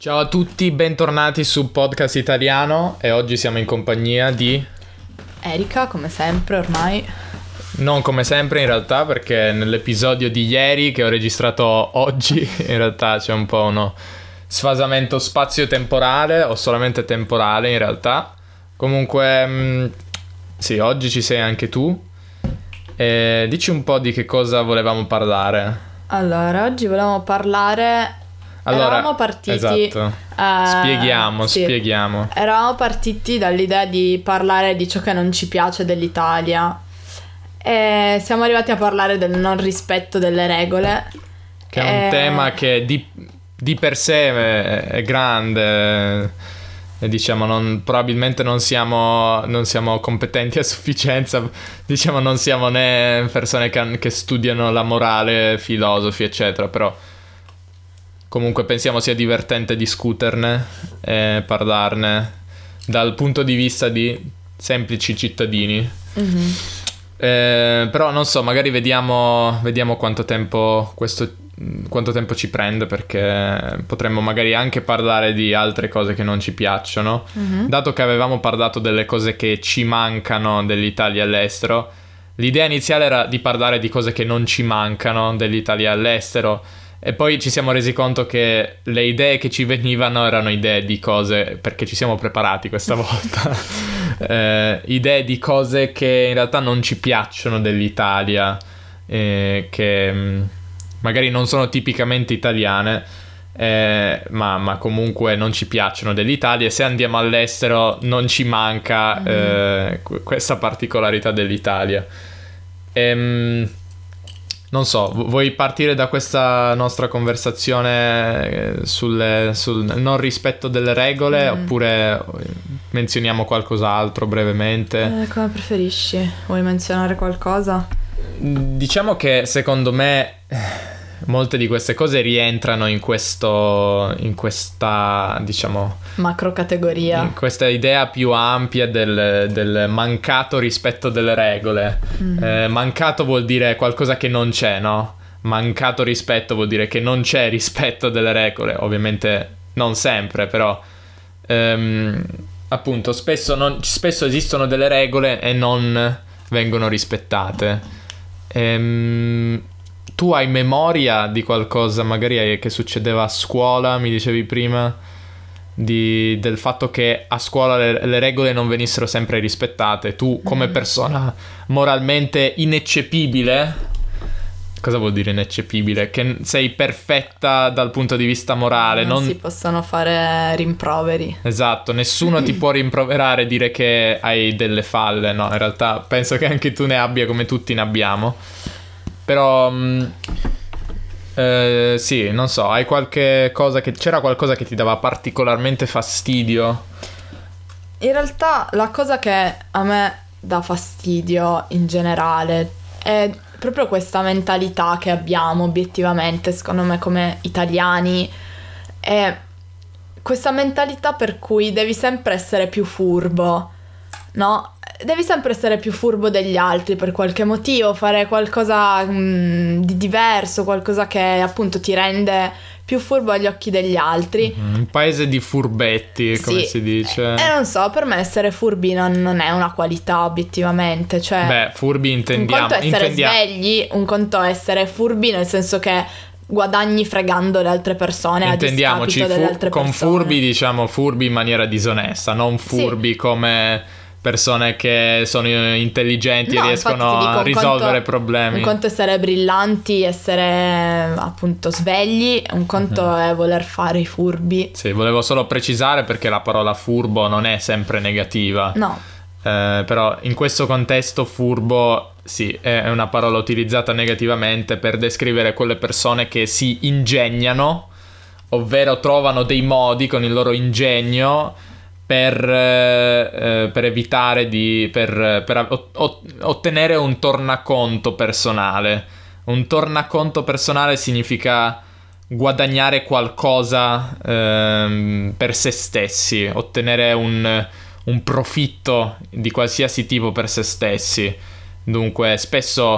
Ciao a tutti, bentornati su Podcast Italiano e oggi siamo in compagnia di... Erika, come sempre ormai. Non come sempre in realtà, perché nell'episodio di ieri che ho registrato oggi in realtà c'è un po' uno sfasamento spazio-temporale o solamente temporale in realtà. Comunque sì, oggi ci sei anche tu. Dici un po' di che cosa volevamo parlare. Allora, oggi volevamo parlare... Eravamo partiti... Esatto. Spieghiamo. Eravamo partiti dall'idea di parlare di ciò che non ci piace dell'Italia. E siamo arrivati a parlare del non rispetto delle regole. Che è un tema che di per sé è grande. E diciamo, probabilmente non siamo competenti a sufficienza. Diciamo, non siamo né persone che studiano la morale, filosofi, eccetera. Però comunque pensiamo sia divertente discuterne e parlarne dal punto di vista di semplici cittadini. Mm-hmm. Però non so, magari vediamo quanto tempo ci prende, perché potremmo magari anche parlare di altre cose che non ci piacciono. Mm-hmm. Dato che avevamo parlato delle cose che ci mancano dell'Italia all'estero, l'idea iniziale era di parlare di cose che non ci mancano dell'Italia all'estero. E poi ci siamo resi conto che le idee che ci venivano erano idee di cose, perché ci siamo preparati questa volta, idee di cose che in realtà non ci piacciono dell'Italia, che magari non sono tipicamente italiane, ma comunque non ci piacciono dell'Italia. E se andiamo all'estero non ci manca questa particolarità dell'Italia. Non so, vuoi partire da questa nostra conversazione sul non rispetto delle regole, oppure menzioniamo qualcos'altro brevemente? Come preferisci? Vuoi menzionare qualcosa? Diciamo che secondo me molte di queste cose rientrano in questa, diciamo, macro categoria, in questa idea più ampia del mancato rispetto delle regole. Mancato vuol dire qualcosa che non c'è, no? Mancato rispetto vuol dire che non c'è rispetto delle regole. Ovviamente non sempre, però appunto spesso esistono delle regole e non vengono rispettate. Tu hai memoria di qualcosa magari che succedeva a scuola, mi dicevi prima, del fatto che a scuola le regole non venissero sempre rispettate? Tu come persona moralmente ineccepibile, cosa vuol dire ineccepibile? Che sei perfetta dal punto di vista morale. Non si possono fare rimproveri. Esatto, nessuno ti può rimproverare e dire che hai delle falle. No, in realtà penso che anche tu ne abbia, come tutti ne abbiamo. Però sì, non so, hai qualche cosa c'era qualcosa che ti dava particolarmente fastidio? In realtà la cosa che a me dà fastidio in generale è proprio questa mentalità che abbiamo obiettivamente, secondo me, come italiani. È questa mentalità per cui devi sempre essere più furbo, no? Devi sempre essere più furbo degli altri per qualche motivo, fare qualcosa di diverso, qualcosa che appunto ti rende più furbo agli occhi degli altri. Un paese di furbetti, come si dice. E non so, per me essere furbi non è una qualità obiettivamente, cioè... Beh, furbi intendiamo... Un conto è essere svegli, un conto è essere furbi nel senso che guadagni fregando le altre persone a discapito delle altre con persone. Furbi diciamo furbi in maniera disonesta, non furbi come persone che sono intelligenti e riescono a risolvere problemi. Un conto è essere brillanti, essere appunto svegli, un conto è voler fare i furbi. Sì, volevo solo precisare perché la parola furbo non è sempre negativa. No. Però in questo contesto furbo sì, è una parola utilizzata negativamente per descrivere quelle persone che si ingegnano, ovvero trovano dei modi con il loro ingegno per evitare per ottenere un tornaconto personale. Un tornaconto personale significa guadagnare qualcosa per se stessi, ottenere un profitto di qualsiasi tipo per se stessi. Dunque spesso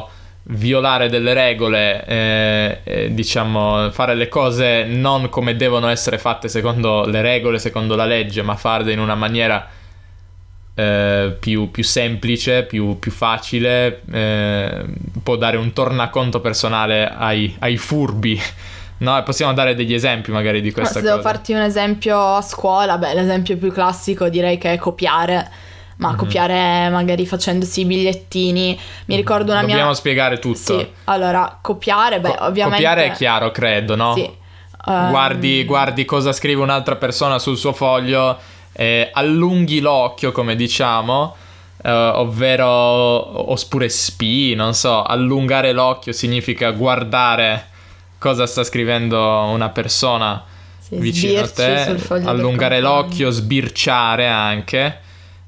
violare delle regole, diciamo fare le cose non come devono essere fatte secondo le regole, secondo la legge, ma farle in una maniera più semplice, più facile, può dare un tornaconto personale ai furbi. No, possiamo dare degli esempi magari di questa cosa. Se devo farti un esempio a scuola, l'esempio più classico direi che è copiare. Ma copiare magari facendosi i bigliettini. Mi ricordo una Dobbiamo spiegare tutto. Sì, allora, copiare, ovviamente... Copiare è chiaro, credo, no? Sì. Guardi cosa scrive un'altra persona sul suo foglio, allunghi l'occhio, come diciamo, ovvero ospurespi, non so, allungare l'occhio significa guardare cosa sta scrivendo una persona vicino a te, allungare l'occhio, sbirciare anche.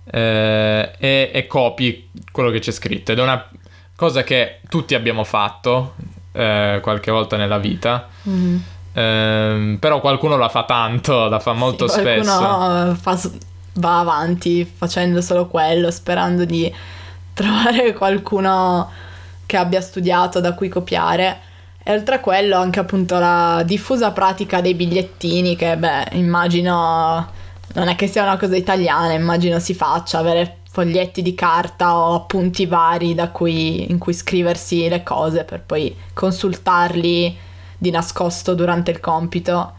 E copi quello che c'è scritto, ed è una cosa che tutti abbiamo fatto qualche volta nella vita. Però qualcuno la fa tanto, la fa molto spesso. Qualcuno va avanti facendo solo quello, sperando di trovare qualcuno che abbia studiato da cui copiare. E oltre a quello anche appunto la diffusa pratica dei bigliettini, che immagino non è che sia una cosa italiana, immagino si faccia, avere foglietti di carta o appunti vari in cui scriversi le cose per poi consultarli di nascosto durante il compito.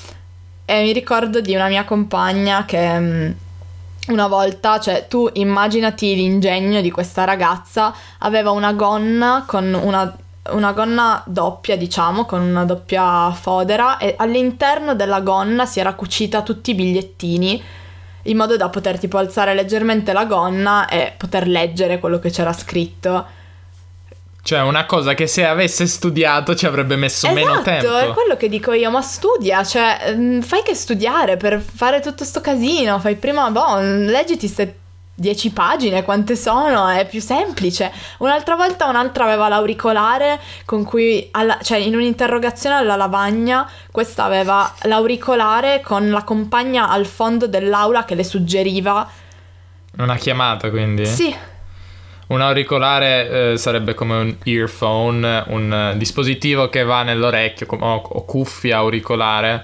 E mi ricordo di una mia compagna che una volta, cioè tu immaginati l'ingegno di questa ragazza, aveva una gonna con una gonna doppia, diciamo, con una doppia fodera, e all'interno della gonna si era cucita tutti i bigliettini in modo da poter tipo alzare leggermente la gonna e poter leggere quello che c'era scritto. Cioè una cosa che se avesse studiato ci avrebbe messo meno tempo. Esatto, è quello che dico io, ma studia, cioè fai che studiare per fare tutto sto casino, fai prima, leggiti ste 10 pagine, quante sono, è più semplice. Un'altra volta un'altra aveva l'auricolare con cui, cioè in un'interrogazione alla lavagna, questa aveva l'auricolare con la compagna al fondo dell'aula che le suggeriva. Una chiamata, quindi? Sì. Un auricolare sarebbe come un earphone, un dispositivo che va nell'orecchio, o cuffia auricolare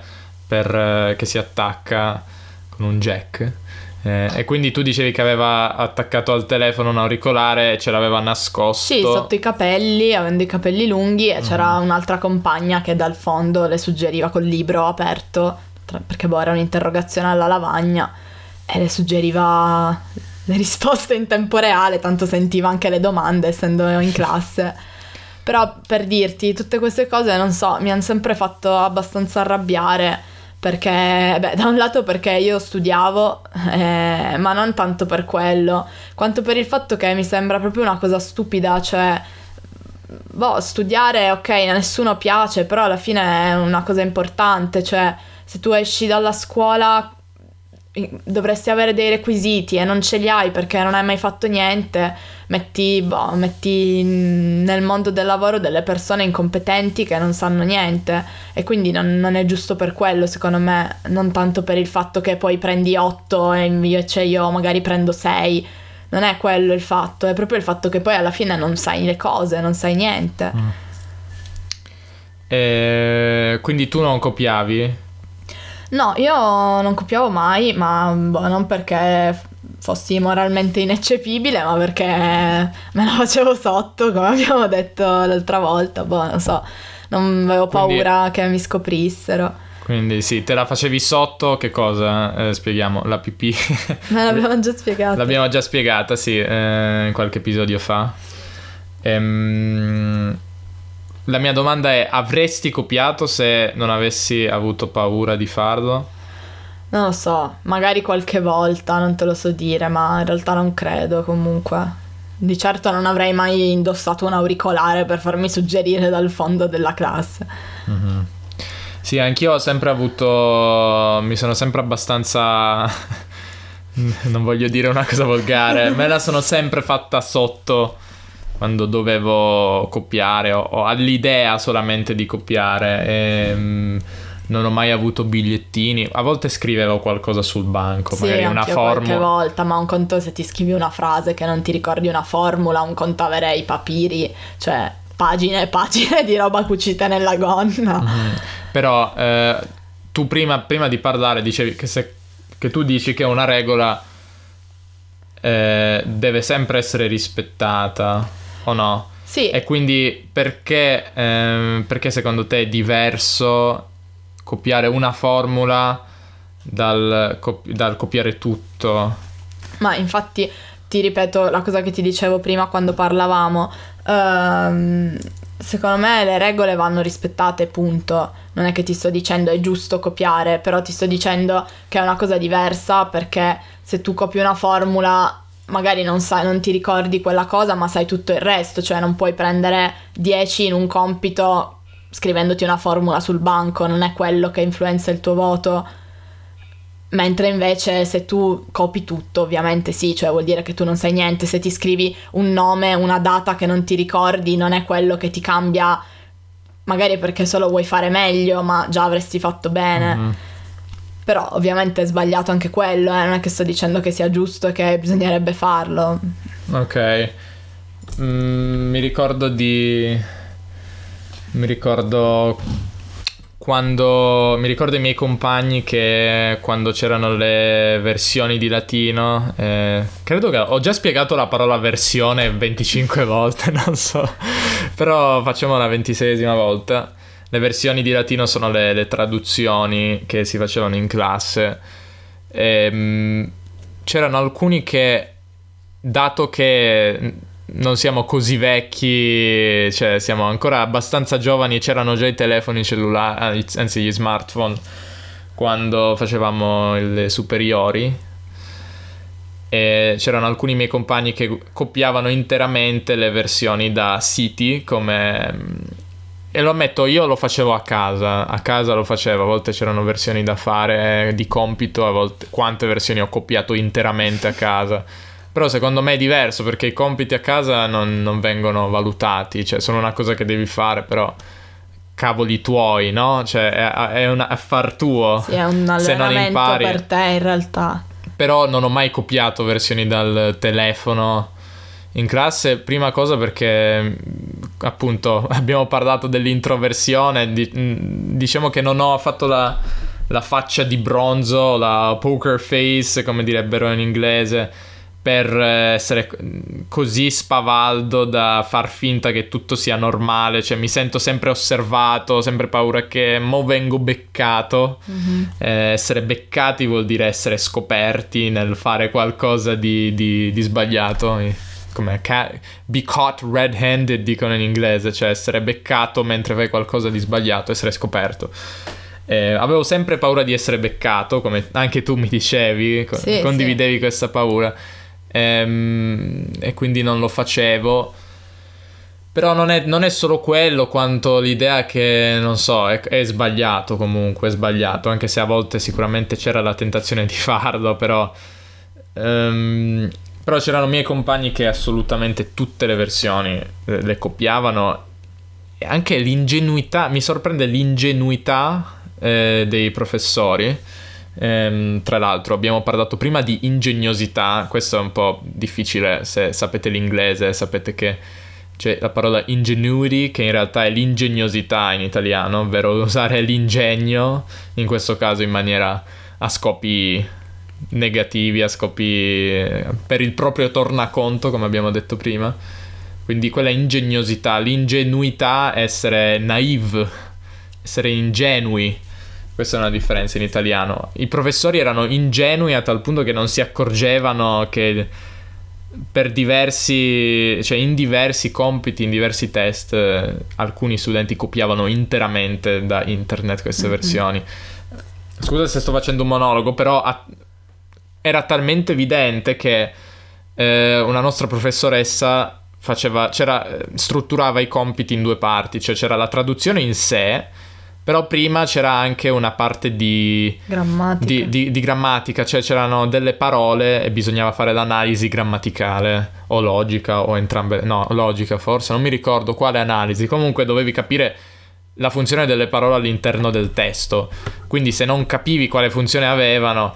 che si attacca con un jack. E quindi tu dicevi che aveva attaccato al telefono un auricolare e ce l'aveva nascosto. Sì, sotto i capelli, avendo i capelli lunghi, e c'era un'altra compagna che dal fondo le suggeriva col libro aperto, perché era un'interrogazione alla lavagna, e le suggeriva le risposte in tempo reale, tanto sentiva anche le domande essendo in classe. Però per dirti, tutte queste cose, non so, mi hanno sempre fatto abbastanza arrabbiare. Perché, da un lato perché io studiavo, ma non tanto per quello, quanto per il fatto che mi sembra proprio una cosa stupida, cioè, studiare, ok, a nessuno piace, però alla fine è una cosa importante, cioè, se tu esci dalla scuola dovresti avere dei requisiti e non ce li hai perché non hai mai fatto niente, metti nel mondo del lavoro delle persone incompetenti che non sanno niente, e quindi non è giusto per quello, secondo me, non tanto per il fatto che poi prendi 8 e invece io magari prendo 6, non è quello il fatto, è proprio il fatto che poi alla fine non sai le cose, non sai niente. Quindi tu non copiavi? No, io non copiavo mai, ma non perché fossi moralmente ineccepibile, ma perché me la facevo sotto, come abbiamo detto l'altra volta, non so, non avevo paura che mi scoprissero. Quindi sì, te la facevi sotto, che cosa? Spieghiamo, la pipì. Me l'abbiamo già spiegata. L'abbiamo già spiegata, sì, qualche episodio fa. La mia domanda è: avresti copiato se non avessi avuto paura di farlo? Non lo so, magari qualche volta, non te lo so dire, ma in realtà non credo comunque. Di certo non avrei mai indossato un auricolare per farmi suggerire dal fondo della classe. Mm-hmm. Sì, anch'io ho sempre avuto... mi sono sempre abbastanza... non voglio dire una cosa volgare, me la sono sempre fatta sotto quando dovevo copiare o all'idea solamente di copiare, e non ho mai avuto bigliettini. A volte scrivevo qualcosa sul banco, sì, magari una formula. Qualche volta, ma un conto se ti scrivi una frase che non ti ricordi una formula, un conto avere i papiri, cioè pagine e pagine di roba cucita nella gonna. Però tu prima di parlare dicevi che tu dici che una regola deve sempre essere rispettata, o no? Sì. E quindi perché secondo te è diverso copiare una formula dal copiare tutto? Ma infatti ti ripeto la cosa che ti dicevo prima quando parlavamo, secondo me le regole vanno rispettate, punto. Non è che ti sto dicendo è giusto copiare, però ti sto dicendo che è una cosa diversa, perché se tu copi una formula magari non ti ricordi quella cosa, ma sai tutto il resto, cioè non puoi prendere 10 in un compito scrivendoti una formula sul banco, non è quello che influenza il tuo voto. Mentre invece se tu copi tutto, ovviamente sì, cioè vuol dire che tu non sai niente. Se ti scrivi un nome, una data che non ti ricordi, non è quello che ti cambia, magari perché solo vuoi fare meglio, ma già avresti fatto bene. Però ovviamente è sbagliato anche quello, non è che sto dicendo che sia giusto e che bisognerebbe farlo. Ok. Mi ricordo i miei compagni che quando c'erano le versioni di latino, credo che ho già spiegato la parola versione 25 volte, non so, però facciamo la 26esima volta. Le versioni di latino sono le traduzioni che si facevano in classe. C'erano alcuni che, dato che non siamo così vecchi, cioè siamo ancora abbastanza giovani, c'erano già i telefoni cellulari, anzi gli smartphone, quando facevamo le superiori, e c'erano alcuni miei compagni che copiavano interamente le versioni da siti, e lo ammetto, io lo facevo a casa lo facevo, a volte c'erano versioni da fare di compito, a volte quante versioni ho copiato interamente a casa. Però secondo me è diverso, perché i compiti a casa non vengono valutati, cioè sono una cosa che devi fare, però cavoli tuoi, no? Cioè è un affar tuo. Sì, è un se non allenamento impari. per te in realtà. Però non ho mai copiato versioni dal telefono in classe, prima cosa perché appunto abbiamo parlato dell'introversione, diciamo che non ho fatto la faccia di bronzo, la poker face come direbbero in inglese, per essere così spavaldo da far finta che tutto sia normale, cioè mi sento sempre osservato, sempre paura che mo vengo beccato. Essere beccati vuol dire essere scoperti nel fare qualcosa di sbagliato, come be caught red-handed dicono in inglese, cioè essere beccato mentre fai qualcosa di sbagliato, essere scoperto. Avevo sempre paura di essere beccato, come anche tu mi dicevi, condividevi questa paura. E quindi non lo facevo. Però non è solo quello, quanto l'idea che, non so, è sbagliato, comunque è sbagliato, anche se a volte sicuramente c'era la tentazione di farlo, però c'erano miei compagni che assolutamente tutte le versioni le copiavano, e anche l'ingenuità, mi sorprende l'ingenuità dei professori. Tra l'altro abbiamo parlato prima di ingegnosità, questo è un po' difficile, se sapete l'inglese sapete che c'è la parola ingenuity, che in realtà è l'ingegnosità in italiano, ovvero usare l'ingegno, in questo caso in maniera a scopi negativi, a scopi per il proprio tornaconto, come abbiamo detto prima. Quindi quella ingegnosità, l'ingenuità, essere naive, essere ingenui. Questa è una differenza in italiano. I professori erano ingenui a tal punto che non si accorgevano che in diversi compiti, in diversi test, alcuni studenti copiavano interamente da internet queste versioni. Scusa se sto facendo un monologo, però era talmente evidente che una nostra professoressa strutturava i compiti in due parti, cioè c'era la traduzione in sé, però prima c'era anche una parte di grammatica, di grammatica, cioè c'erano delle parole e bisognava fare l'analisi grammaticale o logica o entrambe, no, logica forse, non mi ricordo quale analisi, comunque dovevi capire la funzione delle parole all'interno del testo, quindi se non capivi quale funzione avevano,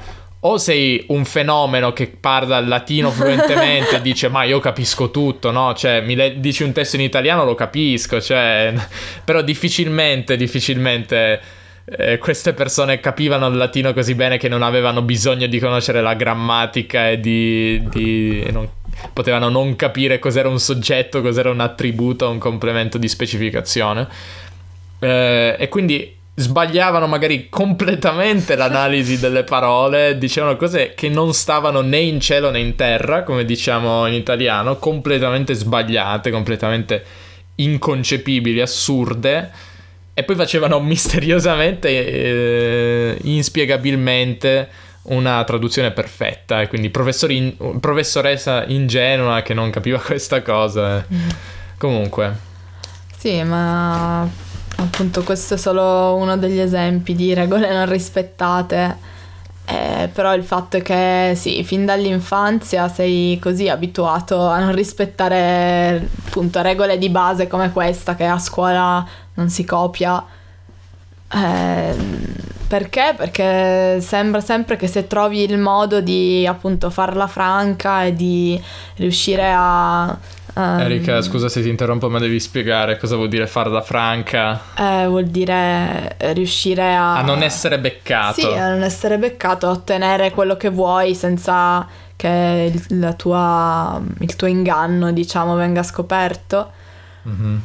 o sei un fenomeno che parla il latino fluentemente e dice ma io capisco tutto, no? Cioè dici un testo in italiano lo capisco, cioè però difficilmente queste persone capivano il latino così bene che non avevano bisogno di conoscere la grammatica e potevano non capire cos'era un soggetto, cos'era un attributo, un complemento di specificazione, e quindi sbagliavano magari completamente l'analisi delle parole, dicevano cose che non stavano né in cielo né in terra, come diciamo in italiano, completamente sbagliate, completamente inconcepibili, assurde, e poi facevano misteriosamente, inspiegabilmente una traduzione perfetta, e quindi professoressa ingenua che non capiva questa cosa. Comunque. Sì, ma appunto questo è solo uno degli esempi di regole non rispettate, però il fatto è che sì, fin dall'infanzia sei così abituato a non rispettare appunto regole di base come questa che a scuola non si copia. Perché? Perché sembra sempre che se trovi il modo di appunto farla franca e di riuscire a Erika, scusa se ti interrompo, ma devi spiegare cosa vuol dire farla franca. Vuol dire riuscire a non essere beccato. Sì, a non essere beccato, a ottenere quello che vuoi senza che il tuo inganno, diciamo, venga scoperto. Mm-hmm.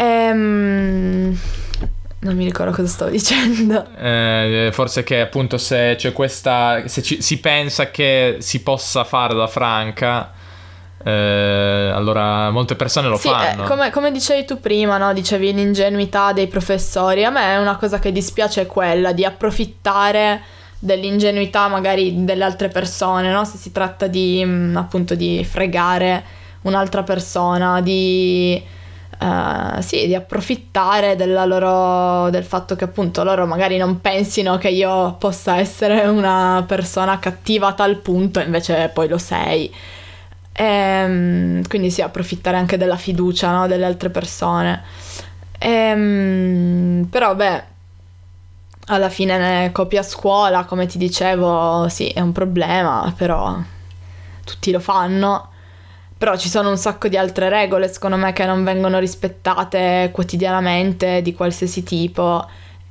Non mi ricordo cosa stavo dicendo. Forse che appunto se c'è questa, si pensa che si possa fare la franca, allora molte persone lo fanno. Come dicevi tu prima, no? Dicevi l'ingenuità dei professori. A me è una cosa che dispiace, è quella di approfittare dell'ingenuità magari delle altre persone, no? Se si tratta di appunto di fregare un'altra persona, di approfittare del fatto che appunto loro magari non pensino che io possa essere una persona cattiva a tal punto, invece poi lo sei. Quindi sì, approfittare anche della fiducia, no, delle altre persone. Però beh, alla fine copia a scuola, come ti dicevo, sì, è un problema, però tutti lo fanno. Però ci sono un sacco di altre regole, secondo me, che non vengono rispettate quotidianamente, di qualsiasi tipo,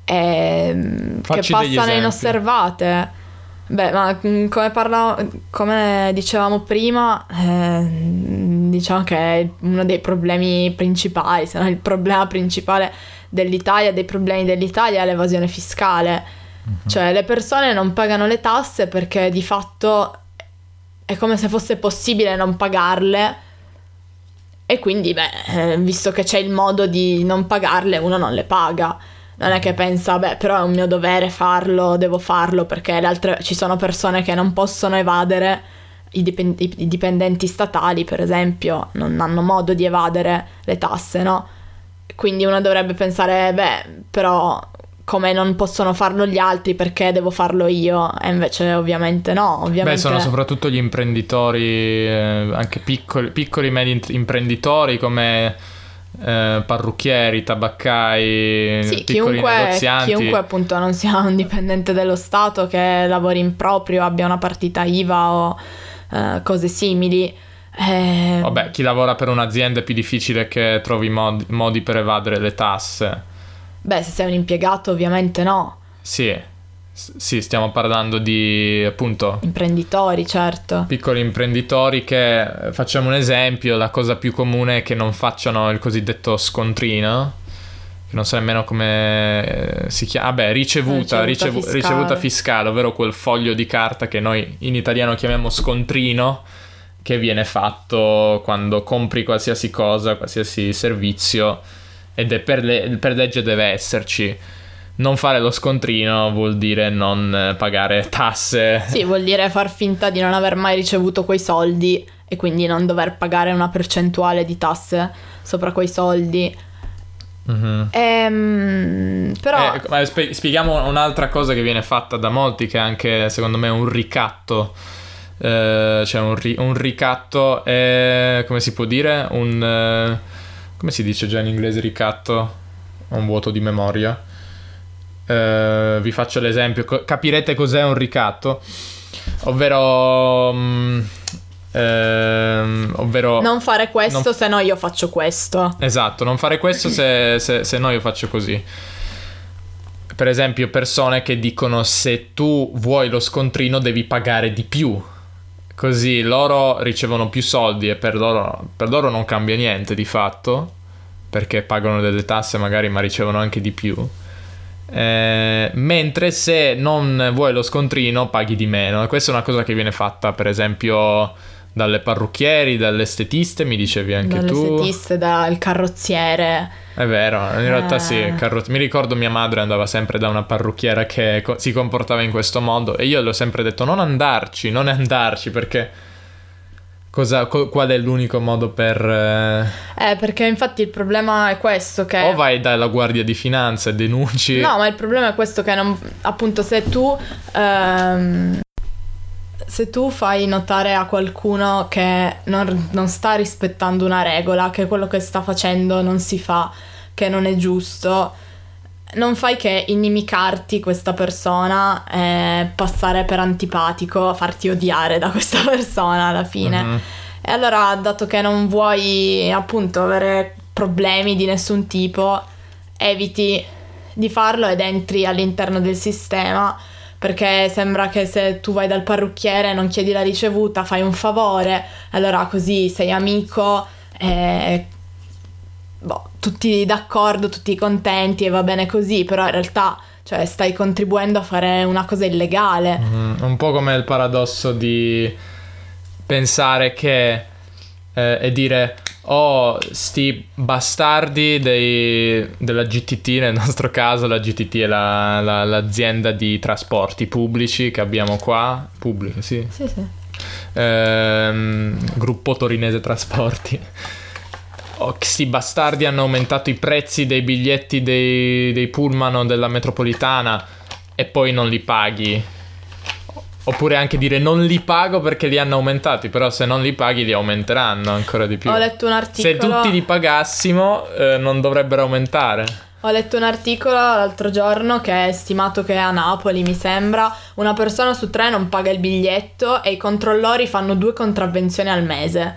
e che passano inosservate. Beh, ma come dicevamo prima, diciamo che è uno dei problemi principali, se non il problema principale dell'Italia, dei problemi dell'Italia, è l'evasione fiscale. Mm-hmm. Cioè le persone non pagano le tasse perché di fatto è come se fosse possibile non pagarle, e quindi visto che c'è il modo di non pagarle, uno non le paga. Non è che pensa, però è un mio dovere farlo, devo farlo, perché ci sono persone che non possono evadere, i dipendenti statali per esempio non hanno modo di evadere le tasse, no? Quindi uno dovrebbe pensare, però come non possono farlo gli altri, perché devo farlo io? E invece ovviamente no, ovviamente. Sono soprattutto gli imprenditori, anche piccoli medi imprenditori come parrucchieri, tabaccai, sì, piccoli negozianti. Chiunque appunto non sia un dipendente dello Stato, che lavori in proprio, abbia una partita IVA o cose simili. Vabbè, chi lavora per un'azienda è più difficile che trovi modi per evadere le tasse. Se sei un impiegato ovviamente no. Sì, stiamo parlando di appunto imprenditori, certo. Piccoli imprenditori che, facciamo un esempio, la cosa più comune è che non facciano il cosiddetto scontrino, che non so nemmeno come si chiama, ricevuta fiscale, ovvero quel foglio di carta che noi in italiano chiamiamo scontrino, che viene fatto quando compri qualsiasi cosa, qualsiasi servizio, ed è per legge deve esserci. Non fare lo scontrino vuol dire non pagare tasse. Sì, vuol dire far finta di non aver mai ricevuto quei soldi e quindi non dover pagare una percentuale di tasse sopra quei soldi. Mm-hmm. Però spieghiamo un'altra cosa che viene fatta da molti, che anche secondo me è un ricatto. Cioè un ricatto è, come si può dire, come si dice già in inglese ricatto? Ho un vuoto di memoria. Vi faccio l'esempio, capirete cos'è un ricatto. Ovvero non fare questo, se no io faccio questo. Esatto, non fare questo se no io faccio così. Per esempio, persone che dicono: se tu vuoi lo scontrino devi pagare di più, così loro ricevono più soldi e per loro non cambia niente di fatto, perché pagano delle tasse magari ma ricevono anche di più. Mentre se non vuoi lo scontrino paghi di meno. E questa è una cosa che viene fatta per esempio dalle parrucchieri, dalle estetiste, mi dicevi anche dalle tu. Dalle estetiste, dal carrozziere. È vero, in realtà sì, mi ricordo mia madre andava sempre da una parrucchiera che si comportava in questo modo e io le ho sempre detto non andarci perché qual è l'unico modo per... Perché infatti il problema è questo che... O vai dalla Guardia di Finanza e denunci... No, ma il problema è questo che non... appunto se tu fai notare a qualcuno che non sta rispettando una regola, che quello che sta facendo non si fa, che non è giusto, non fai che inimicarti questa persona e passare per antipatico, farti odiare da questa persona alla fine. Mm-hmm. E allora, dato che non vuoi appunto avere problemi di nessun tipo, eviti di farlo ed entri all'interno del sistema, perché sembra che se tu vai dal parrucchiere e non chiedi la ricevuta fai un favore, allora così sei amico e tutti d'accordo, tutti contenti e va bene così, però in realtà cioè, stai contribuendo a fare una cosa illegale. Un po' come il paradosso di pensare che e dire sti bastardi della GTT, nel nostro caso la GTT è l'azienda di trasporti pubblici che abbiamo qua, pubblica, sì. Gruppo Torinese Trasporti. Sti bastardi hanno aumentato i prezzi dei biglietti dei pullman o della metropolitana e poi non li paghi. Oppure anche dire non li pago perché li hanno aumentati, però se non li paghi li aumenteranno ancora di più. Ho letto un articolo... Se tutti li pagassimo non dovrebbero aumentare. Ho letto un articolo l'altro giorno che è stimato che a Napoli, mi sembra, una persona su 3 non paga il biglietto e i controllori fanno 2 contravvenzioni al mese.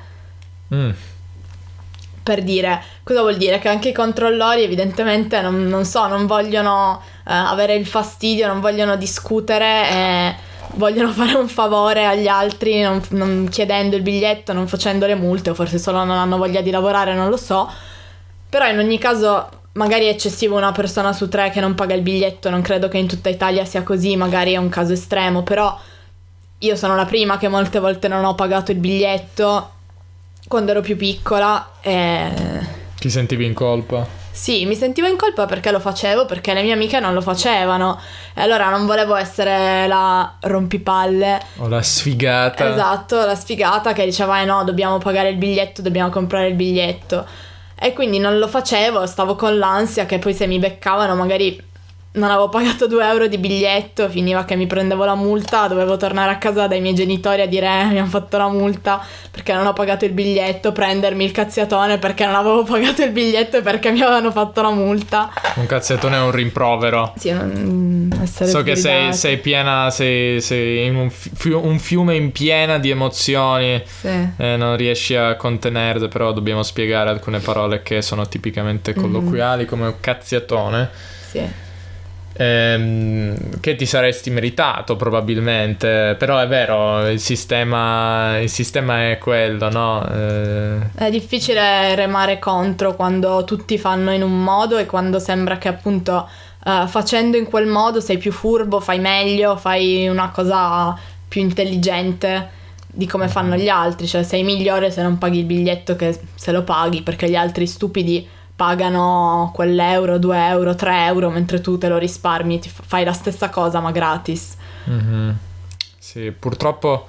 Per dire, cosa vuol dire? Che anche i controllori evidentemente non vogliono avere il fastidio, non vogliono discutere e vogliono fare un favore agli altri non chiedendo il biglietto, non facendo le multe, o forse solo non hanno voglia di lavorare, non lo so. Però in ogni caso magari è eccessivo una persona su 3 che non paga il biglietto, non credo che in tutta Italia sia così, magari è un caso estremo, però io sono la prima che molte volte non ho pagato il biglietto quando ero più piccola e... Ti sentivi in colpa? Sì, mi sentivo in colpa perché lo facevo, perché le mie amiche non lo facevano e allora non volevo essere la rompipalle o la sfigata. Esatto, la sfigata che diceva no, dobbiamo pagare il biglietto, dobbiamo comprare il biglietto, e quindi non lo facevo, stavo con l'ansia che poi se mi beccavano magari non avevo pagato 2 euro di biglietto, finiva che mi prendevo la multa, dovevo tornare a casa dai miei genitori a dire mi hanno fatto la multa perché non ho pagato il biglietto, prendermi il cazziatone perché non avevo pagato il biglietto e perché mi avevano fatto la multa. Un cazziatone è un rimprovero. Sì, essere so che sei piena, sei in un fiume in piena di emozioni. Sì. Non riesci a contenerle, però dobbiamo spiegare alcune parole che sono tipicamente colloquiali, come un cazziatone. Sì. Che ti saresti meritato probabilmente, però è vero, il sistema è quello, no? È difficile remare contro quando tutti fanno in un modo e quando sembra che appunto facendo in quel modo sei più furbo, fai meglio, fai una cosa più intelligente di come fanno gli altri, cioè sei migliore se non paghi il biglietto che se lo paghi, perché gli altri stupidi pagano quell'euro, 2 euro, 3 euro, mentre tu te lo risparmi, ti fai la stessa cosa ma gratis. Mm-hmm. Sì, purtroppo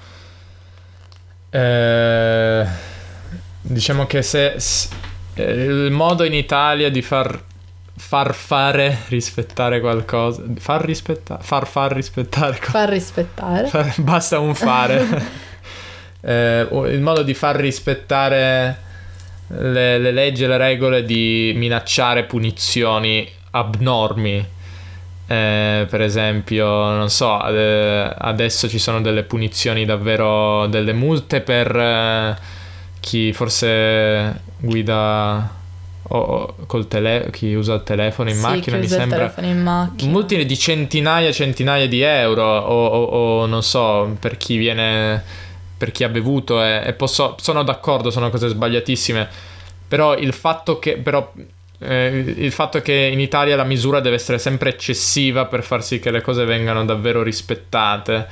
diciamo che se il modo in Italia di far fare rispettare qualcosa, far rispettare basta un fare. Il modo di far rispettare le leggi e le regole, di minacciare punizioni abnormi Per esempio, non so, adesso ci sono delle punizioni davvero, delle multe per chi forse guida chi usa il telefono in macchina, mi sembra. Il telefono in macchina. Multe di centinaia di euro o non so, per chi ha bevuto sono d'accordo, sono cose sbagliatissime, però il fatto che in Italia la misura deve essere sempre eccessiva per far sì che le cose vengano davvero rispettate.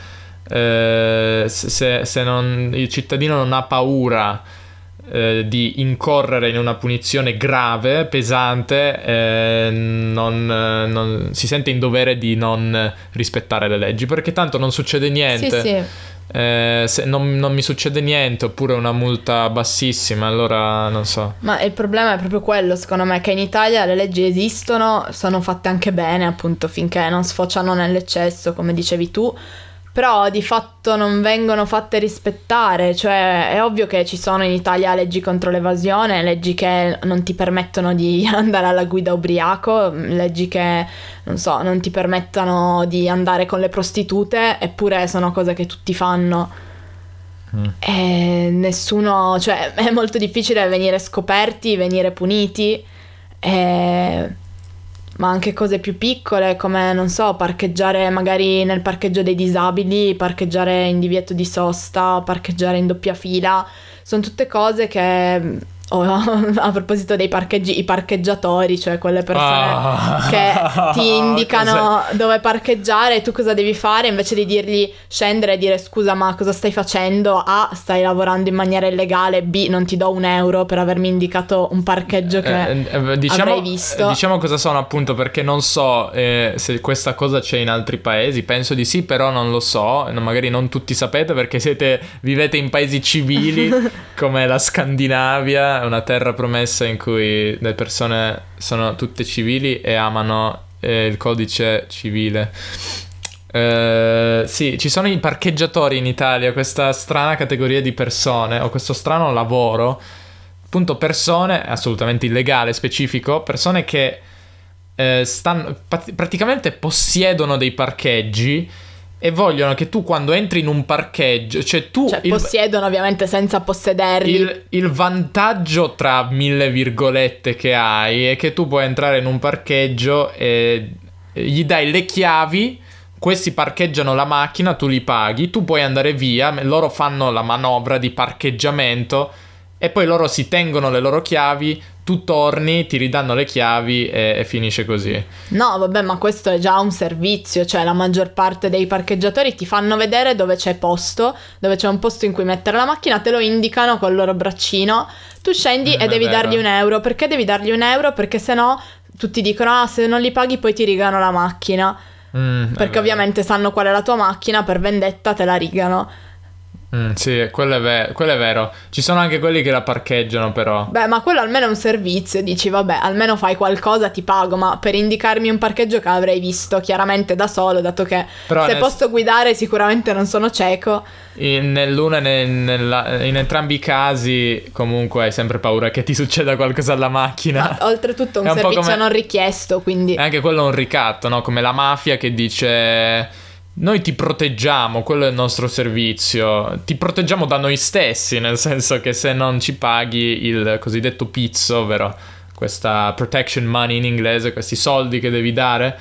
Se il cittadino non ha paura di incorrere in una punizione grave, pesante, non si sente in dovere di non rispettare le leggi, perché tanto non succede niente. Sì. Se non mi succede niente, oppure una multa bassissima, allora non so. Ma il problema è proprio quello, secondo me, che in Italia le leggi esistono, sono fatte anche bene, appunto, finché non sfociano nell'eccesso, come dicevi tu, però di fatto non vengono fatte rispettare. Cioè è ovvio che ci sono in Italia leggi contro l'evasione, leggi che non ti permettono di andare alla guida ubriaco, leggi che non so, non ti permettono di andare con le prostitute, eppure sono cose che tutti fanno. E nessuno, cioè è molto difficile venire scoperti, venire puniti, ma anche cose più piccole come, non so, parcheggiare magari nel parcheggio dei disabili, parcheggiare in divieto di sosta, parcheggiare in doppia fila, sono tutte cose che a proposito dei parcheggi, i parcheggiatori, cioè quelle persone che ti indicano dove parcheggiare e tu cosa devi fare, invece di dirgli scendere e dire scusa ma cosa stai facendo, A, stai lavorando in maniera illegale, B, non ti do €1 per avermi indicato un parcheggio che avrei visto. Diciamo cosa sono, appunto, perché non so se questa cosa c'è in altri paesi, penso di sì, però non lo so, magari non tutti sapete perché vivete in paesi civili come la Scandinavia, una terra promessa in cui le persone sono tutte civili e amano il codice civile. Sì, ci sono i parcheggiatori in Italia, questa strana categoria di persone, o questo strano lavoro, appunto persone, assolutamente illegale, specifico, persone che praticamente possiedono dei parcheggi e vogliono che tu, quando entri in un parcheggio, possiedono ovviamente senza possederli. Il vantaggio, tra 1000 virgolette, che hai è che tu puoi entrare in un parcheggio e gli dai le chiavi, questi parcheggiano la macchina, tu li paghi, tu puoi andare via, loro fanno la manovra di parcheggiamento e poi loro si tengono le loro chiavi, tu torni, ti ridanno le chiavi e finisce così. No, vabbè, ma questo è già un servizio, cioè la maggior parte dei parcheggiatori ti fanno vedere dove c'è un posto in cui mettere la macchina, te lo indicano col loro braccino, tu scendi e devi dargli €1. Perché devi dargli €1? Perché sennò tutti dicono se non li paghi poi ti rigano la macchina, perché ovviamente sanno qual è la tua macchina, per vendetta te la rigano. Sì, quello è vero. Ci sono anche quelli che la parcheggiano, però. Beh, ma quello almeno è un servizio. Dici, vabbè, almeno fai qualcosa, ti pago. Ma per indicarmi un parcheggio che avrei visto chiaramente da solo, dato che però se posso guidare sicuramente non sono cieco. In entrambi i casi comunque hai sempre paura che ti succeda qualcosa alla macchina. Ma, oltretutto un servizio non richiesto, quindi anche quello è un ricatto, no? Come la mafia che dice noi ti proteggiamo, quello è il nostro servizio, ti proteggiamo da noi stessi, nel senso che se non ci paghi il cosiddetto pizzo, ovvero questa protection money in inglese, questi soldi che devi dare,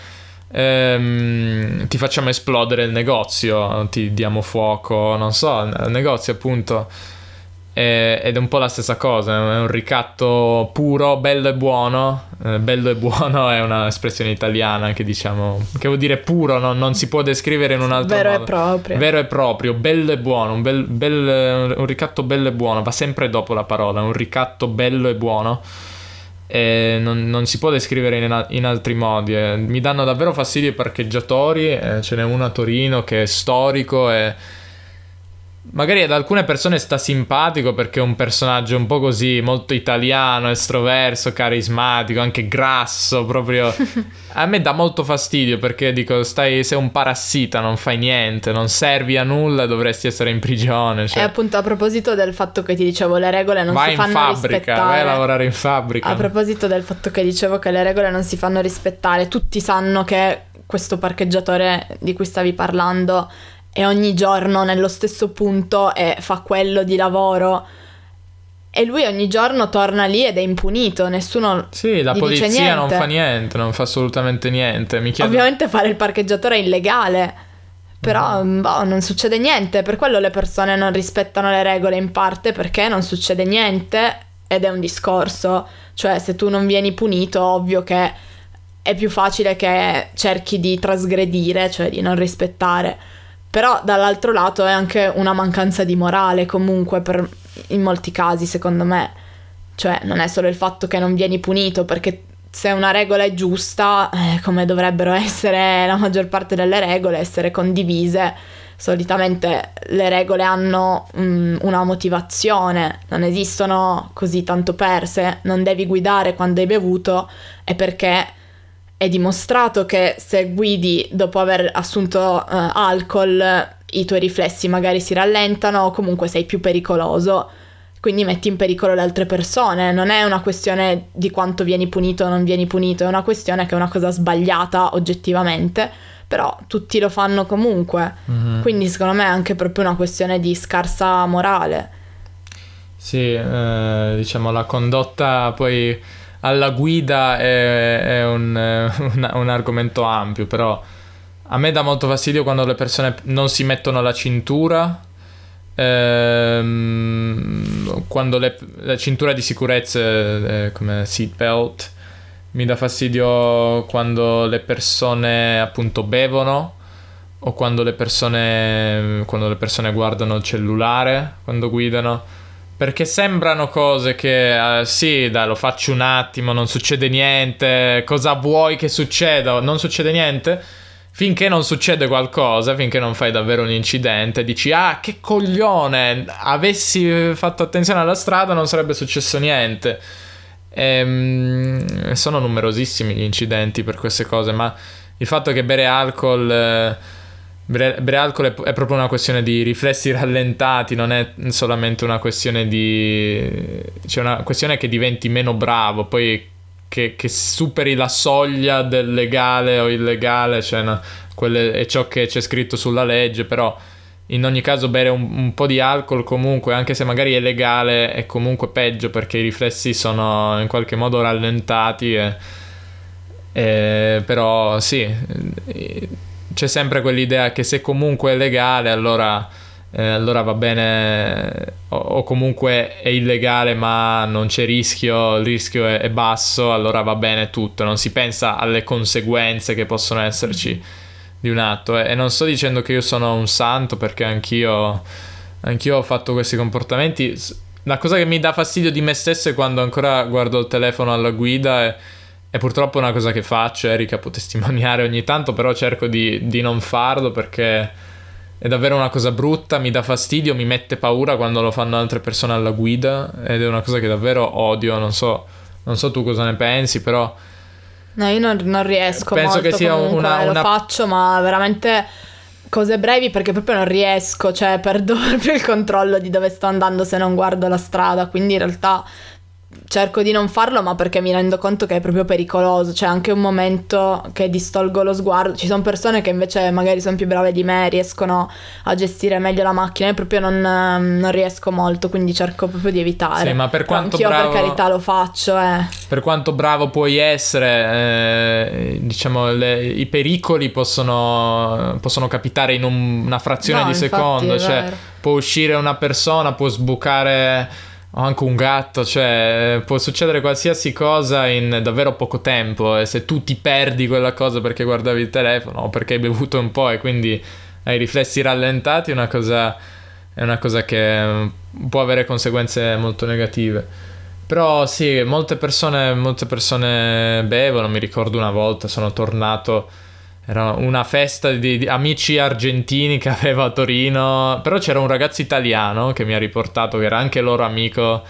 ti facciamo esplodere il negozio, ti diamo fuoco, non so, il negozio appunto. Ed è un po' la stessa cosa, è un ricatto puro, bello e buono. Bello e buono è un'espressione italiana che diciamo, che vuol dire puro, non si può descrivere in un altro modo. Vero e proprio, bello e buono, un ricatto bello e buono, va sempre dopo la parola, un ricatto bello e buono. Non si può descrivere in altri modi. Mi danno davvero fastidio i parcheggiatori, ce n'è uno a Torino che è storico e magari ad alcune persone sta simpatico perché è un personaggio un po' così, molto italiano, estroverso, carismatico, anche grasso, proprio. A me dà molto fastidio perché dico, sei un parassita, non fai niente, non servi a nulla, dovresti essere in prigione. Cioè. E appunto a proposito del fatto che ti dicevo, le regole non si fanno rispettare. Vai a lavorare in fabbrica. A proposito del fatto che dicevo che le regole non si fanno rispettare, tutti sanno che questo parcheggiatore di cui stavi parlando è ogni giorno nello stesso punto e fa quello di lavoro, e lui ogni giorno torna lì ed è impunito, nessuno Sì, la gli dice polizia niente. non fa niente, non fa assolutamente niente. Mi chiedo... Ovviamente fare il parcheggiatore è illegale, però non succede niente. Per quello le persone non rispettano le regole, in parte perché non succede niente, ed è un discorso. Cioè, se tu non vieni punito, ovvio che è più facile che cerchi di trasgredire, cioè di non rispettare. Però dall'altro lato è anche una mancanza di morale, comunque, in molti casi, secondo me. Cioè, non è solo il fatto che non vieni punito, perché se una regola è giusta, come dovrebbero essere la maggior parte delle regole, essere condivise, solitamente le regole hanno una motivazione, non esistono così tanto perse. Non devi guidare quando hai bevuto, è perché è dimostrato che se guidi dopo aver assunto alcol, i tuoi riflessi magari si rallentano o comunque sei più pericoloso, quindi metti in pericolo le altre persone. Non è una questione di quanto vieni punito o non vieni punito, è una questione che è una cosa sbagliata oggettivamente, però tutti lo fanno comunque. Quindi secondo me è anche proprio una questione di scarsa morale. Sì, diciamo la condotta poi alla guida è un argomento ampio, però a me dà molto fastidio quando le persone non si mettono la cintura, quando la cintura di sicurezza, come seatbelt. Mi dà fastidio quando le persone appunto bevono, o quando le persone guardano il cellulare quando guidano. Perché sembrano cose che sì, dai, lo faccio un attimo, non succede niente, cosa vuoi che succeda? Non succede niente? Finché non succede qualcosa, finché non fai davvero un incidente, dici, ah, che coglione, avessi fatto attenzione alla strada non sarebbe successo niente. Sono numerosissimi gli incidenti per queste cose, ma il fatto che bere alcol è proprio una questione di riflessi rallentati, non è solamente una questione c'è una questione che diventi meno bravo, poi che superi la soglia del legale o illegale, cioè no, è ciò che c'è scritto sulla legge, però in ogni caso bere un po' di alcol comunque, anche se magari è legale, è comunque peggio perché i riflessi sono in qualche modo rallentati, però sì, c'è sempre quell'idea che se comunque è legale allora va bene, o comunque è illegale ma non c'è rischio, il rischio è basso, allora va bene tutto, non si pensa alle conseguenze che possono esserci di un atto. E non sto dicendo che io sono un santo, perché anch'io ho fatto questi comportamenti. La cosa che mi dà fastidio di me stesso è quando ancora guardo il telefono alla guida, e purtroppo è una cosa che faccio, Erika può testimoniare ogni tanto, però cerco di non farlo perché è davvero una cosa brutta, mi dà fastidio, mi mette paura quando lo fanno altre persone alla guida, ed è una cosa che davvero odio. Non so tu cosa ne pensi, però No, io non riesco penso molto, che sia comunque lo faccio, ma veramente cose brevi, perché proprio non riesco, cioè perdo proprio il controllo di dove sto andando se non guardo la strada, quindi in realtà cerco di non farlo, ma perché mi rendo conto che è proprio pericoloso. C'è anche un momento che distolgo lo sguardo. Ci sono persone che invece magari sono più brave di me, riescono a gestire meglio la macchina, io proprio non riesco molto, quindi cerco proprio di evitare. Sì, ma per quanto anch'io bravo, per carità lo faccio, per quanto bravo puoi essere, diciamo i pericoli possono capitare in una frazione di secondo, cioè può uscire una persona, può sbucare o anche un gatto, cioè può succedere qualsiasi cosa in davvero poco tempo, e se tu ti perdi quella cosa perché guardavi il telefono o perché hai bevuto un po' e quindi hai i riflessi rallentati, è una cosa che può avere conseguenze molto negative. Però sì, molte persone bevono. Mi ricordo una volta sono tornato, era una festa di amici argentini che avevo a Torino, però c'era un ragazzo italiano che mi ha riportato, che era anche loro amico.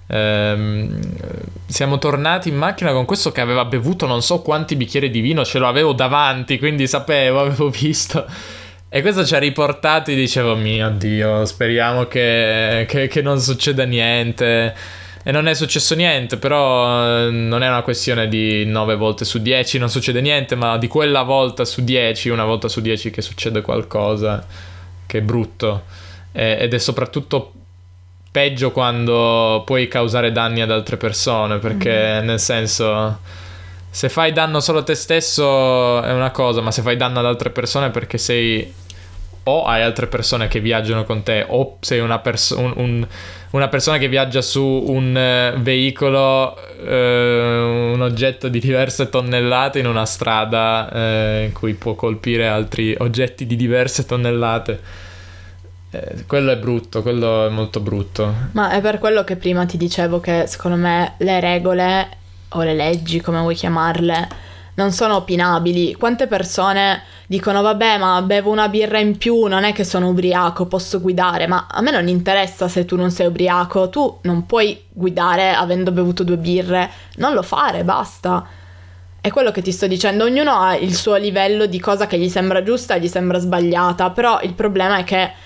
Siamo tornati in macchina con questo che aveva bevuto non so quanti bicchieri di vino, ce lo avevo davanti, quindi avevo visto, e questo ci ha riportati. Dicevo, mio Dio, speriamo che non succeda niente. E non è successo niente, però non è una questione di 9 volte su 10 non succede niente, ma di quella volta su 10, una volta su 10 che succede qualcosa che è brutto. Ed è soprattutto peggio quando puoi causare danni ad altre persone, perché nel senso, se fai danno solo a te stesso è una cosa, ma se fai danno ad altre persone perché sei... o hai altre persone che viaggiano con te, o sei una persona che viaggia su un veicolo, un oggetto di diverse tonnellate in una strada in cui può colpire altri oggetti di diverse tonnellate. Quello è brutto, quello è molto brutto. Ma è per quello che prima ti dicevo che secondo me le regole o le leggi, come vuoi chiamarle, non sono opinabili. Quante persone dicono vabbè, ma bevo una birra in più, non è che sono ubriaco, posso guidare. Ma a me non interessa se tu non sei ubriaco, tu non puoi guidare avendo bevuto 2 birre, non lo fare, basta. È quello che ti sto dicendo, ognuno ha il suo livello di cosa che gli sembra giusta e gli sembra sbagliata, però il problema è che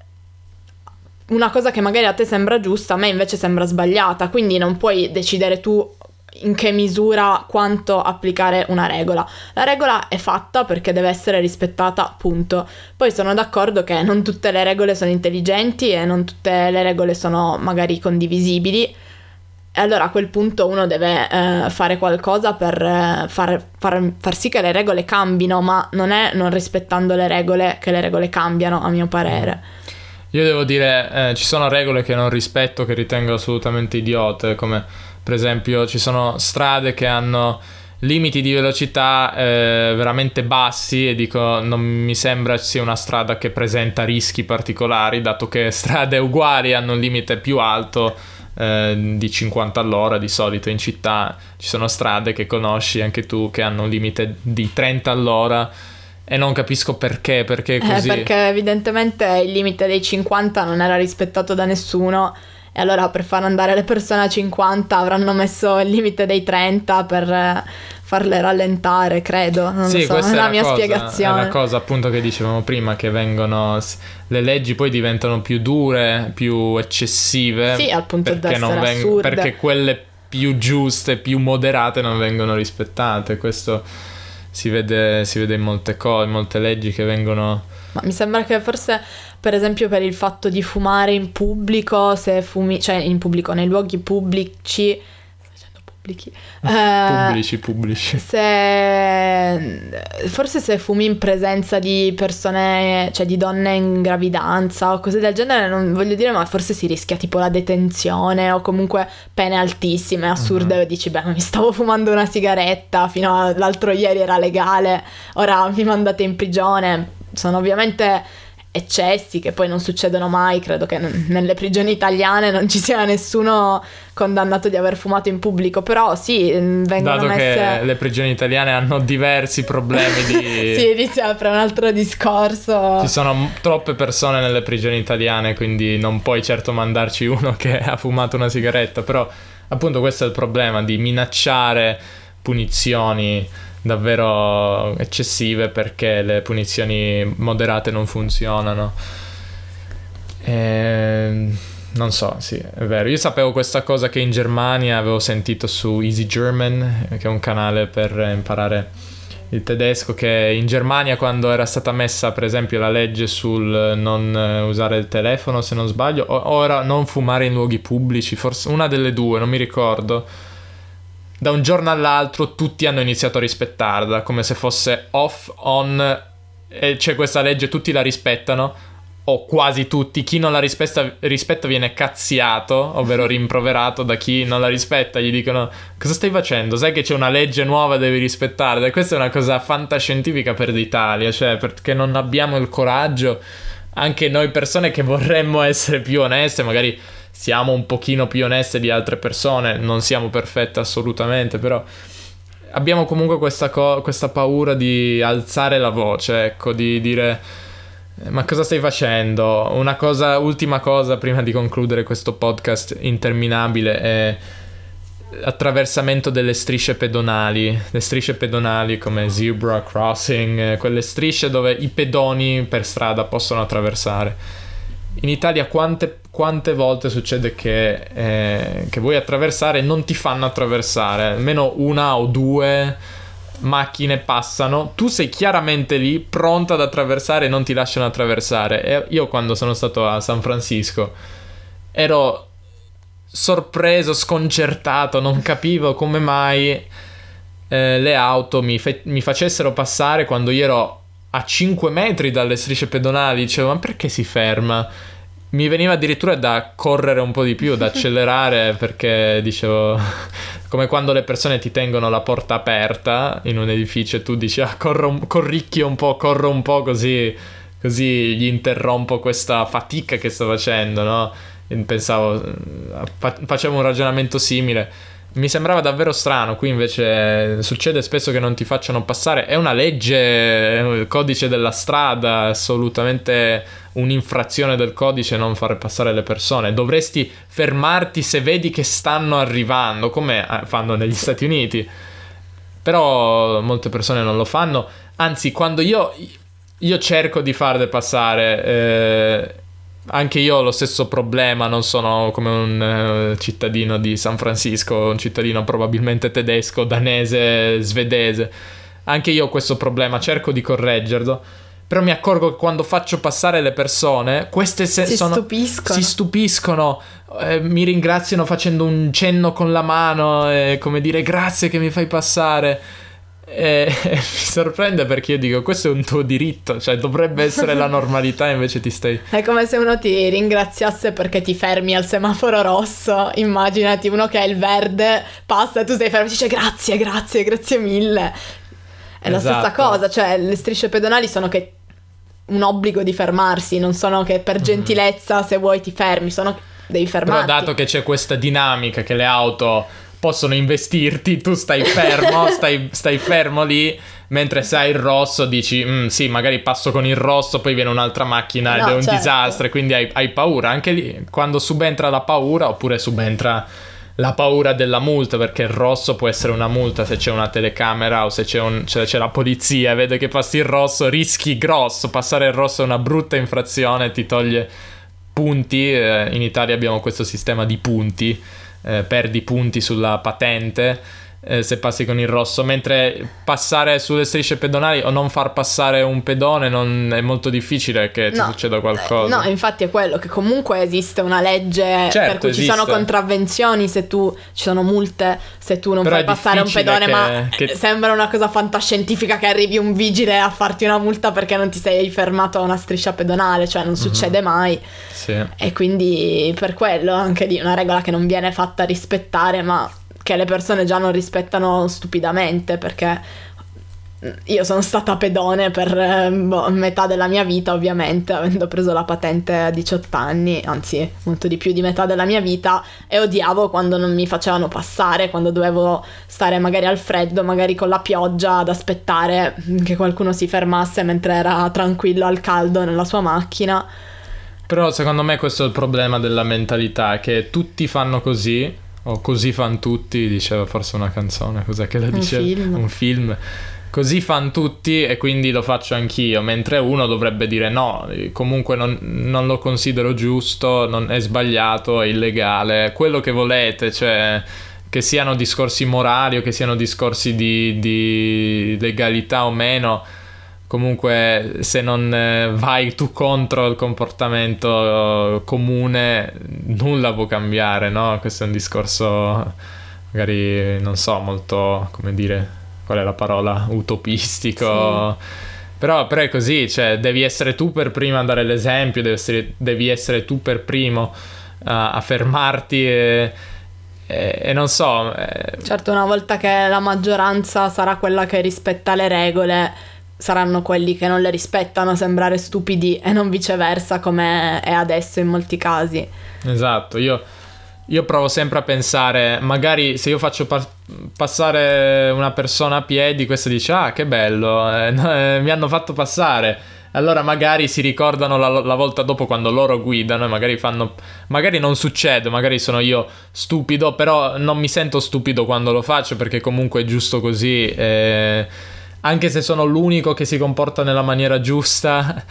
una cosa che magari a te sembra giusta, a me invece sembra sbagliata, quindi non puoi decidere tu in che misura, quanto applicare una regola. La regola è fatta perché deve essere rispettata, punto. Poi sono d'accordo che non tutte le regole sono intelligenti e non tutte le regole sono magari condivisibili, e allora a quel punto uno deve fare qualcosa per far sì che le regole cambino, ma non è non rispettando le regole che le regole cambiano, a mio parere. Io devo dire, ci sono regole che non rispetto, che ritengo assolutamente idiote, come per esempio ci sono strade che hanno limiti di velocità veramente bassi, e dico, non mi sembra sia una strada che presenta rischi particolari, dato che strade uguali hanno un limite più alto di 50 all'ora di solito. In città ci sono strade che conosci anche tu che hanno un limite di 30 all'ora. E non capisco perché è così. Perché evidentemente il limite dei 50 non era rispettato da nessuno, e allora per far andare le persone a 50 avranno messo il limite dei 30 per farle rallentare, credo. Non sì, lo so, questa è la mia cosa, spiegazione. è la cosa appunto che dicevamo prima, che vengono le leggi poi diventano più dure, più eccessive. Sì, al punto da essere assurde. Perché quelle più giuste, più moderate non vengono rispettate. Questo si vede in molte cose, in molte leggi che vengono... Ma mi sembra che forse, per esempio, per il fatto di fumare in pubblico, se fumi, cioè in pubblico, nei luoghi pubblici, sto dicendo pubblici. Forse se fumi in presenza di persone, cioè di donne in gravidanza o cose del genere, non voglio dire, ma forse si rischia tipo la detenzione o comunque pene altissime, assurde. E dici, beh, ma mi stavo fumando una sigaretta fino all'altro ieri, era legale, ora mi mandate in prigione. Sono ovviamente eccessi che poi non succedono mai. Credo che nelle prigioni italiane non ci sia nessuno condannato di aver fumato in pubblico, però sì, vengono dato messe... che le prigioni italiane hanno diversi problemi di... Sì, si apre un altro discorso. Ci sono troppe persone nelle prigioni italiane, quindi non puoi certo mandarci uno che ha fumato una sigaretta, però appunto questo è il problema, di minacciare punizioni davvero eccessive perché le punizioni moderate non funzionano. Non so, sì, è vero. Io sapevo questa cosa che in Germania, avevo sentito su Easy German, che è un canale per imparare il tedesco, che in Germania, quando era stata messa per esempio la legge sul non usare il telefono, se non sbaglio, o era non fumare in luoghi pubblici, forse una delle due, non mi ricordo, da un giorno all'altro tutti hanno iniziato a rispettarla, come se fosse off, on, e c'è questa legge, tutti la rispettano, o quasi tutti. Chi non la rispetta viene cazziato, ovvero rimproverato da chi non la rispetta. Gli dicono: cosa stai facendo? Sai che c'è una legge nuova, devi rispettarla. E questa è una cosa fantascientifica per l'Italia, cioè perché non abbiamo il coraggio, anche noi persone che vorremmo essere più oneste, magari siamo un pochino più oneste di altre persone, non siamo perfette assolutamente, però abbiamo comunque questa paura di alzare la voce, ecco, di dire: ma cosa stai facendo? Ultima cosa prima di concludere questo podcast interminabile è attraversamento delle strisce pedonali. Le strisce pedonali come zebra crossing, quelle strisce dove i pedoni per strada possono attraversare. in Italia quante volte succede che vuoi attraversare e non ti fanno attraversare, almeno una o due macchine passano, tu sei chiaramente lì pronta ad attraversare e non ti lasciano attraversare. E io quando sono stato a San Francisco ero sorpreso, sconcertato, non capivo come mai le auto mi facessero passare quando io ero a 5 metri dalle strisce pedonali. Dicevo, ma perché si ferma? Mi veniva addirittura da correre un po' di più, da accelerare, perché dicevo, come quando le persone ti tengono la porta aperta in un edificio e tu dici, corricchio un po', corro un po' così gli interrompo questa fatica che sto facendo, no? E pensavo, facevo un ragionamento simile. Mi sembrava davvero strano. Qui invece succede spesso che non ti facciano passare. È una legge, il codice della strada, assolutamente un'infrazione del codice non fare passare le persone. Dovresti fermarti se vedi che stanno arrivando, come fanno negli Stati Uniti. Però molte persone non lo fanno. Anzi, quando io cerco di farle passare, anche io ho lo stesso problema, non sono come un cittadino di San Francisco, un cittadino probabilmente tedesco, danese, svedese. Anche io ho questo problema, cerco di correggerlo, però mi accorgo che quando faccio passare le persone, queste si stupiscono, mi ringraziano facendo un cenno con la mano, come dire grazie che mi fai passare. E mi sorprende perché io dico, questo è un tuo diritto, cioè dovrebbe essere la normalità, invece ti stai... È come se uno ti ringraziasse perché ti fermi al semaforo rosso. Immaginati uno che è il verde, passa e tu sei fermo e dice grazie mille. È la stessa cosa, cioè le strisce pedonali sono che un obbligo di fermarsi, non sono che per gentilezza se vuoi ti fermi, devi fermarti. Però dato che c'è questa dinamica che le auto possono investirti, tu stai fermo, stai fermo lì, mentre se hai il rosso dici sì, magari passo con il rosso, poi viene un'altra macchina ed è un disastro, e quindi hai paura. Anche lì, quando subentra la paura, oppure subentra la paura della multa, perché il rosso può essere una multa se c'è una telecamera o se c'è la polizia e vede che passi il rosso, rischi grosso. Passare il rosso è una brutta infrazione, ti toglie punti. In Italia abbiamo questo sistema di punti, perdi punti sulla patente se passi con il rosso, mentre passare sulle strisce pedonali o non far passare un pedone non è molto difficile che ti succeda qualcosa. No, infatti è quello, che comunque esiste una legge, per cui ci sono contravvenzioni, ci sono multe se tu non fai passare un pedone, ma sembra una cosa fantascientifica che arrivi un vigile a farti una multa perché non ti sei fermato a una striscia pedonale, cioè non succede mai. Sì. E quindi per quello anche lì una regola che non viene fatta rispettare, ma che le persone già non rispettano stupidamente, perché io sono stata pedone per metà della mia vita, ovviamente, avendo preso la patente a 18 anni, anzi molto di più di metà della mia vita, e odiavo quando non mi facevano passare, quando dovevo stare magari al freddo, magari con la pioggia, ad aspettare che qualcuno si fermasse mentre era tranquillo al caldo nella sua macchina. Però secondo me questo è il problema della mentalità, che tutti fanno così, o così fan tutti, diceva forse una canzone, cos'è che la diceva? Un film. Così fan tutti e quindi lo faccio anch'io, mentre uno dovrebbe dire no, comunque non lo considero giusto, è sbagliato, è illegale, quello che volete, cioè che siano discorsi morali o che siano discorsi di legalità o meno. Comunque se non vai tu contro il comportamento comune, nulla può cambiare, no? Questo è un discorso magari, non so, molto, come dire, qual è la parola? Utopistico. Sì. Però è così, cioè devi essere tu per primo a dare l'esempio, devi essere tu per primo a fermarti e non so. Certo, una volta che la maggioranza sarà quella che rispetta le regole, saranno quelli che non le rispettano a sembrare stupidi e non viceversa come è adesso in molti casi. Esatto, io provo sempre a pensare, magari se io faccio passare una persona a piedi, questa dice ah che bello, mi hanno fatto passare, allora magari si ricordano la volta dopo quando loro guidano e magari non succede, magari sono io stupido, però non mi sento stupido quando lo faccio perché comunque è giusto così. Anche se sono l'unico che si comporta nella maniera giusta,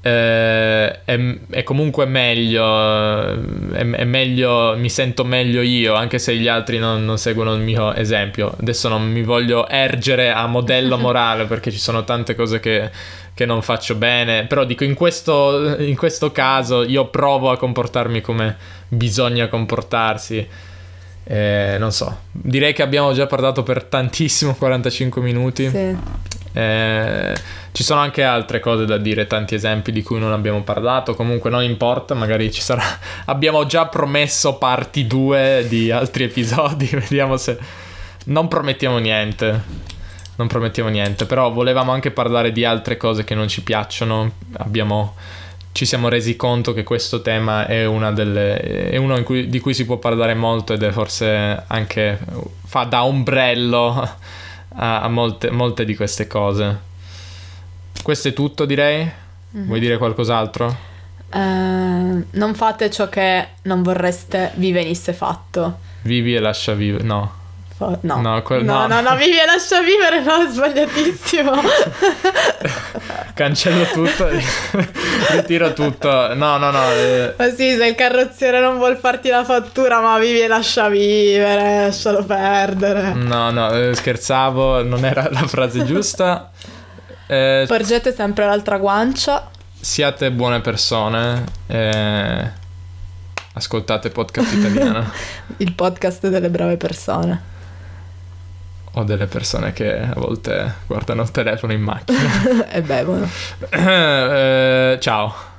è comunque meglio, è meglio, mi sento meglio io, anche se gli altri non seguono il mio esempio. Adesso non mi voglio ergere a modello morale, perché ci sono tante cose che non faccio bene, però dico, in questo caso io provo a comportarmi come bisogna comportarsi. Non so, direi che abbiamo già parlato per tantissimo, 45 minuti. Sì. Ci sono anche altre cose da dire, tanti esempi di cui non abbiamo parlato. Comunque non importa, magari ci sarà. Abbiamo già promesso parti 2 di altri episodi. Vediamo se. Non promettiamo niente. Però volevamo anche parlare di altre cose che non ci piacciono. Ci siamo resi conto che questo tema è uno di cui si può parlare molto, ed è forse anche fa da ombrello a molte di queste cose. Questo è tutto, direi. Vuoi dire qualcos'altro? Non fate ciò che non vorreste vi venisse fatto. Vivi e lascia vivere. No, no, vivi e lascia vivere, no, è sbagliatissimo. Cancello tutto. Ritiro tutto. No. Ma sì, se il carrozziere non vuol farti la fattura, ma vivi e lascia vivere, lascialo perdere. No, scherzavo, non era la frase giusta. Porgete sempre l'altra guancia. Siate buone persone. Ascoltate Podcast Italiano. Il podcast delle brave persone. O delle persone che a volte guardano il telefono in macchina e bevono. Ciao.